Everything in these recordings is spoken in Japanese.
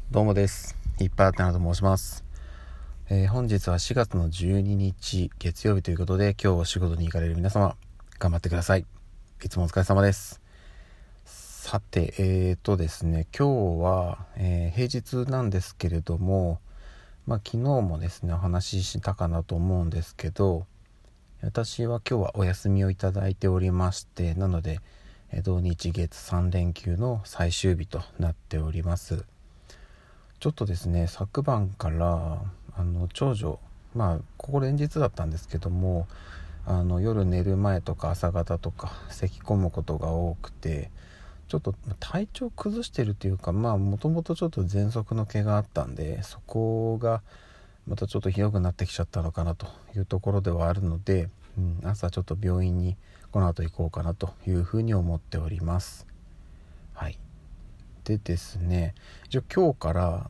どうもです。ヒッパーテナと申します。本日は4月の12日月曜日ということで、今日お仕事に行かれる皆様頑張ってください。いつもお疲れ様です。さて、ですね、今日は、平日なんですけれども、昨日もですねお話ししたかなと思うんですけど、私は今日はお休みをいただいておりまして、なので土日月3連休の最終日となっております。ちょっとですね、昨晩から長女、ここ連日だったんですけども、夜寝る前とか朝方とか咳き込むことが多くて、ちょっと体調崩してるというか、もともとちょっと喘息の毛があったんで、そこがまたちょっとひどくなってきちゃったのかなというところではあるので、朝ちょっと病院にこの後行こうかなというふうに思っております。はい。でですね、一応今日から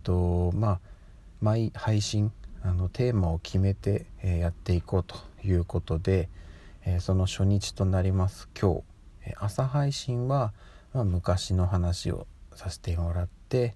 毎配信テーマを決めて、やっていこうということで、その初日となります今日、朝配信は、昔の話をさせてもらって、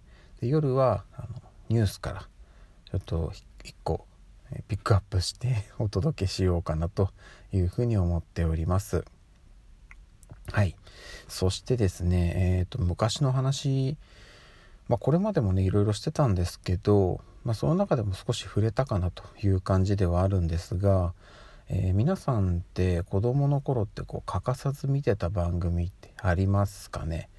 で夜はニュースからちょっと一個ピックアップしてお届けしようかなというふうに思っております。はい。そしてですね、昔の話、これまでもねいろいろしてたんですけど、その中でも少し触れたかなという感じではあるんですが、皆さんって子供の頃って欠かさず見てた番組ってありますかね。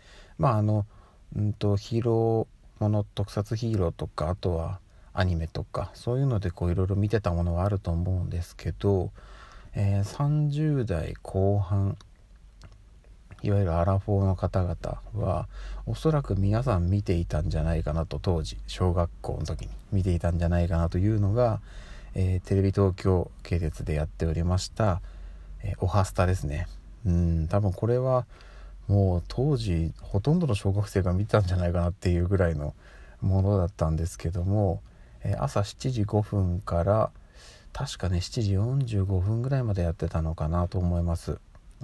ヒーローもの、特撮ヒーローとか、あとはアニメとか、そういうのでいろいろ見てたものはあると思うんですけど、30代後半、いわゆるアラフォーの方々はおそらく皆さん見ていたんじゃないかなと、当時小学校の時に見ていたんじゃないかなというのが、テレビ東京系列でやっておりました、おはスタですね。多分これはもう当時ほとんどの小学生が見てたんじゃないかなっていうぐらいのものだったんですけども、朝7時5分から確かね7時45分ぐらいまでやってたのかなと思います。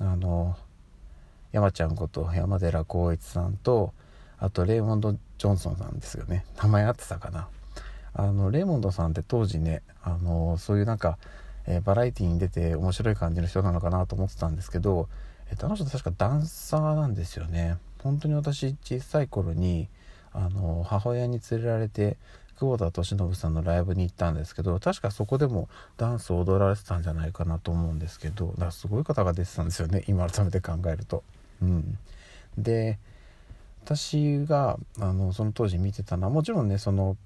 山ちゃんこと山寺宏一さんと、あとレイモンド・ジョンソンさんですよね。名前合ってたかな。レイモンドさんって当時ね、そういうバラエティに出て面白い感じの人なのかなと思ってたんですけど、あの人確かダンサーなんですよね。本当に私小さい頃に母親に連れられて久保田利伸さんのライブに行ったんですけど、確かそこでもダンスを踊られてたんじゃないかなと思うんですけど、だからすごい方が出てたんですよね、今改めて考えると。で、私がその当時見てたのはもちろんね、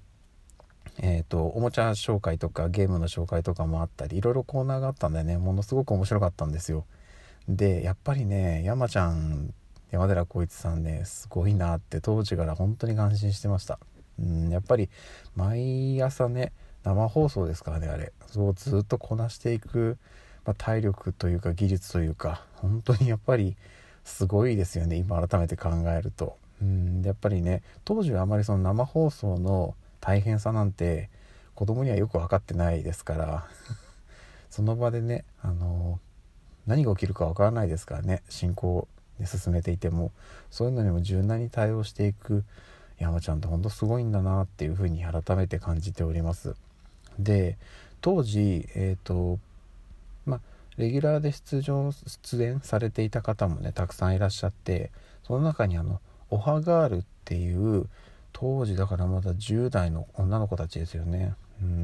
おもちゃ紹介とかゲームの紹介とかもあったり、いろいろコーナーがあったんでね、ものすごく面白かったんですよ。でやっぱりね、山寺宏一さんね、すごいなって当時から本当に感心してました。やっぱり毎朝ね、生放送ですからね、あれそうずっとこなしていく、体力というか技術というか、本当にやっぱりすごいですよね、今改めて考えると。やっぱりね、当時はあまりその生放送の大変さなんて子供にはよく分かってないですからその場でね、何が起きるか分からないですからね、進行で進めていても、そういうのにも柔軟に対応していく山ちゃんって本当すごいんだなっていうふうに改めて感じております。で、当時レギュラーで出演されていた方もねたくさんいらっしゃって、その中にオハガールっていう当時だからまだ10代の女の子たちですよね。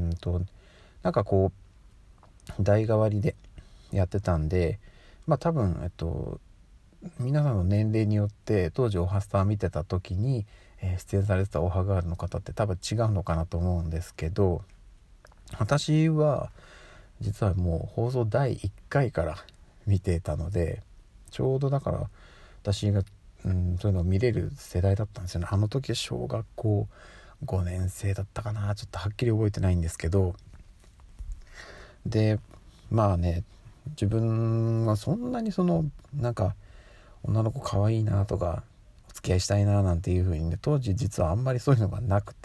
代替わりでやってたんで、多分皆さんの年齢によって当時オハスター見てた時に、出演されてたオハガールの方って多分違うのかなと思うんですけど、私は実はもう放送第1回から見てたので、ちょうどだから私が、そういうのを見れる世代だったんですよね。あの時小学校5年生だったかな、ちょっとはっきり覚えてないんですけど、で自分はそんなに女の子可愛いなとかお付き合いしたいななんていう風にね、当時実はあんまりそういうのが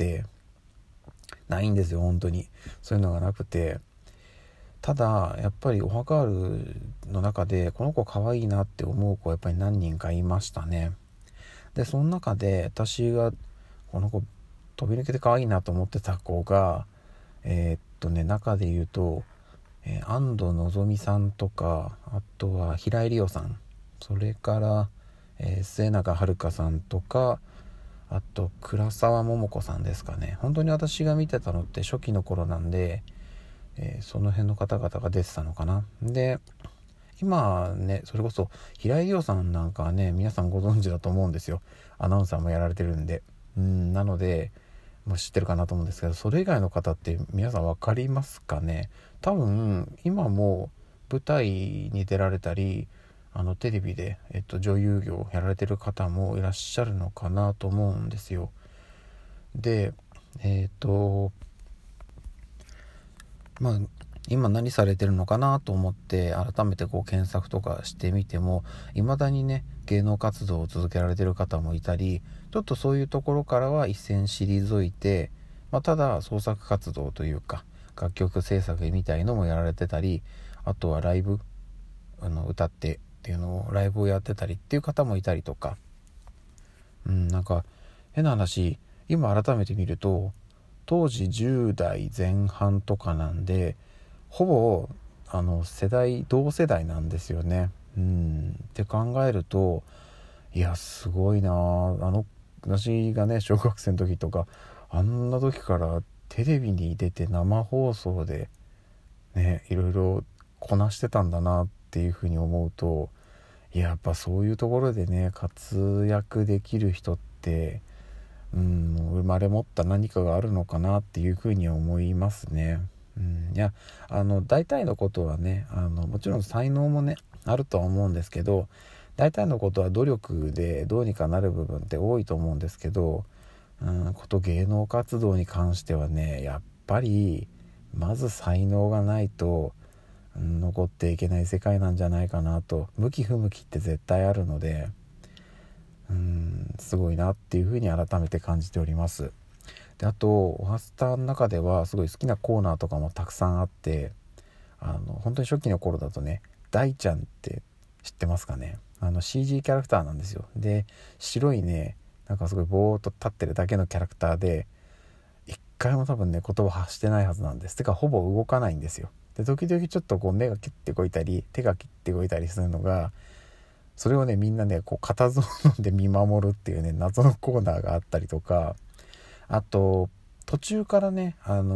ないんですよ。本当にそういうのがなくて、ただやっぱりオハガールの中でこの子可愛いなって思う子はやっぱり何人かいましたね。でその中で私がこの子飛び抜けて可愛いなと思ってた子が中で言うと、安藤のぞみさんとか、あとは平井理央さん、それから、末永遥さんとか、あと倉沢桃子さんですかね。本当に私が見てたのって初期の頃なんで、その辺の方々が出てたのかな。で今ね、それこそ平井理央さんなんかはね、皆さんご存知だと思うんですよ。アナウンサーもやられてるんで、なのでもう知ってるかなと思うんですけど、それ以外の方って皆さん分かりますかね。多分今も舞台に出られたり、テレビで、女優業やられてる方もいらっしゃるのかなと思うんですよ。でまあ今何されてるのかなと思って改めて検索とかしてみても、未だにね芸能活動を続けられてる方もいたり、ちょっとそういうところからは一線退いて、ただ創作活動というか楽曲制作みたいのもやられてたり、あとはライブ歌ってっていうのをライブをやってたりっていう方もいたりとか、なんか変な話、今改めて見ると当時10代前半とかなんで、ほぼ同世代なんですよね。って考えると、いやすごいな。私がね小学生の時とか、あんな時からテレビに出て生放送でねいろいろこなしてたんだなっていうふうに思うと、やっぱそういうところでね活躍できる人って生まれ持った何かがあるのかなっていうふうに思いますね。いや大体のことはねもちろん才能もねあるとは思うんですけど、大体のことは努力でどうにかなる部分って多いと思うんですけど、芸能活動に関してはね、やっぱりまず才能がないと残っていけない世界なんじゃないかなと。向き不向きって絶対あるので、すごいなっていうふうに改めて感じております。であとおはスタの中ではすごい好きなコーナーとかもたくさんあって、本当に初期の頃だとね、大ちゃんって知ってますかね。CG キャラクターなんですよ。で白いね、なんかすごいぼーっと立ってるだけのキャラクターで、一回も多分ね言葉発してないはずなんです。てかほぼ動かないんですよ。で時々ちょっと目がキュッて動いたり手がキュッて動いたりするのが、それをねみんなね固唾を飲んで見守るっていうね謎のコーナーがあったりとか、あと途中からね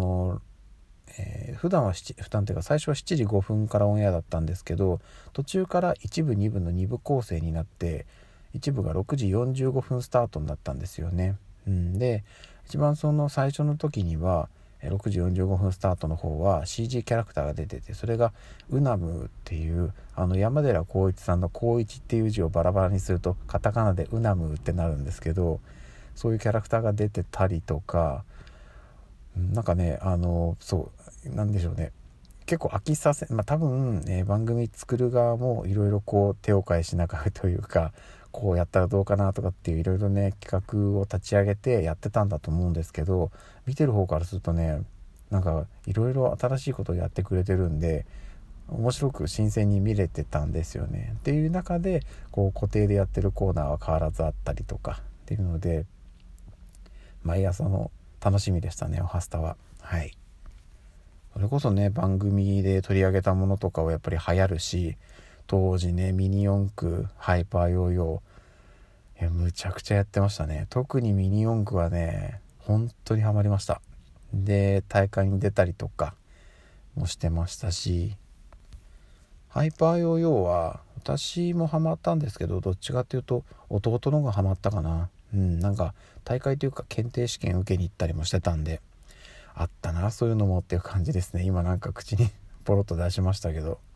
普段っていうか最初は7時5分からオンエアだったんですけど、途中から1部2部の2部構成になって、1部が6時45分スタートになったんですよね。で一番その最初の時には6時45分スタートの方は CG キャラクターが出てて、それがウナムっていう山寺宏一さんの宏一っていう字をバラバラにするとカタカナでウナムってなるんですけど、そういうキャラクターが出てたりとか、なんかねそうなんでしょうね、結構飽きさせ、多分、番組作る側もいろいろ手を変えしながらというか、こうやったらどうかなとかっていういろいろね企画を立ち上げてやってたんだと思うんですけど、見てる方からするとね、なんかいろいろ新しいことをやってくれてるんで、面白く新鮮に見れてたんですよね。っていう中で固定でやってるコーナーは変わらずあったりとかっていうので、毎朝の楽しみでしたね、おはスタは。はい。それこそね番組で取り上げたものとかはやっぱり流行るし、当時ねミニ四駆、ハイパーヨーヨー、むちゃくちゃやってましたね。特にミニ四駆はね本当にハマりました。で大会に出たりとかもしてましたし、ハイパーヨーヨーは私もハマったんですけど、どっちかっていうと弟の方がハマったかな。なんか大会というか検定試験受けに行ったりもしてたんで、あったなそういうのもっていう感じですね。今なんか口にポロッと出しましたけど、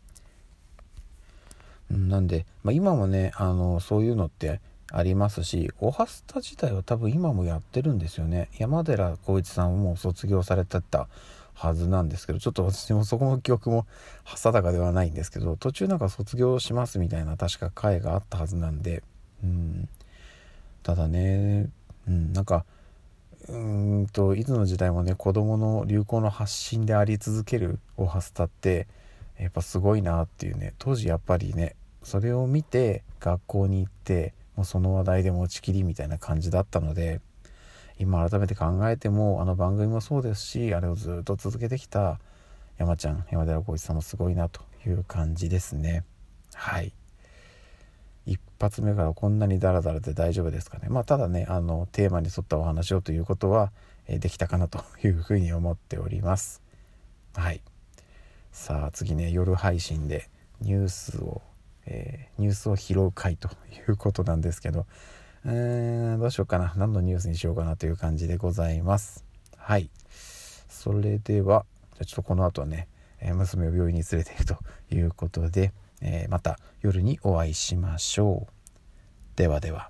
なんで、今もねそういうのってありますし、オハスタ自体は多分今もやってるんですよね。山寺宏一さんはもう卒業されてたはずなんですけど、ちょっと私もそこの記憶も定かではないんですけど、途中なんか卒業しますみたいな確か会があったはずなんで、ただねなんかいつの時代もね子供の流行の発信であり続けるオハスタってやっぱすごいなっていうね。当時やっぱりねそれを見て学校に行ってもうその話題で持ちきりみたいな感じだったので、 今改めて考えても番組もそうですし、あれをずっと続けてきた山寺宏一さんもすごいなという感じですね。はい。一発目からこんなにダラダラで大丈夫ですかね。ただねテーマに沿ったお話をということはできたかなというふうに思っております。はい。さあ次ね、夜配信でニュースを拾う回ということなんですけど、どうしようかな、何のニュースにしようかなという感じでございます。はい。それではじゃあちょっとこの後はね、娘を病院に連れていくということで、また夜にお会いしましょう。ではでは。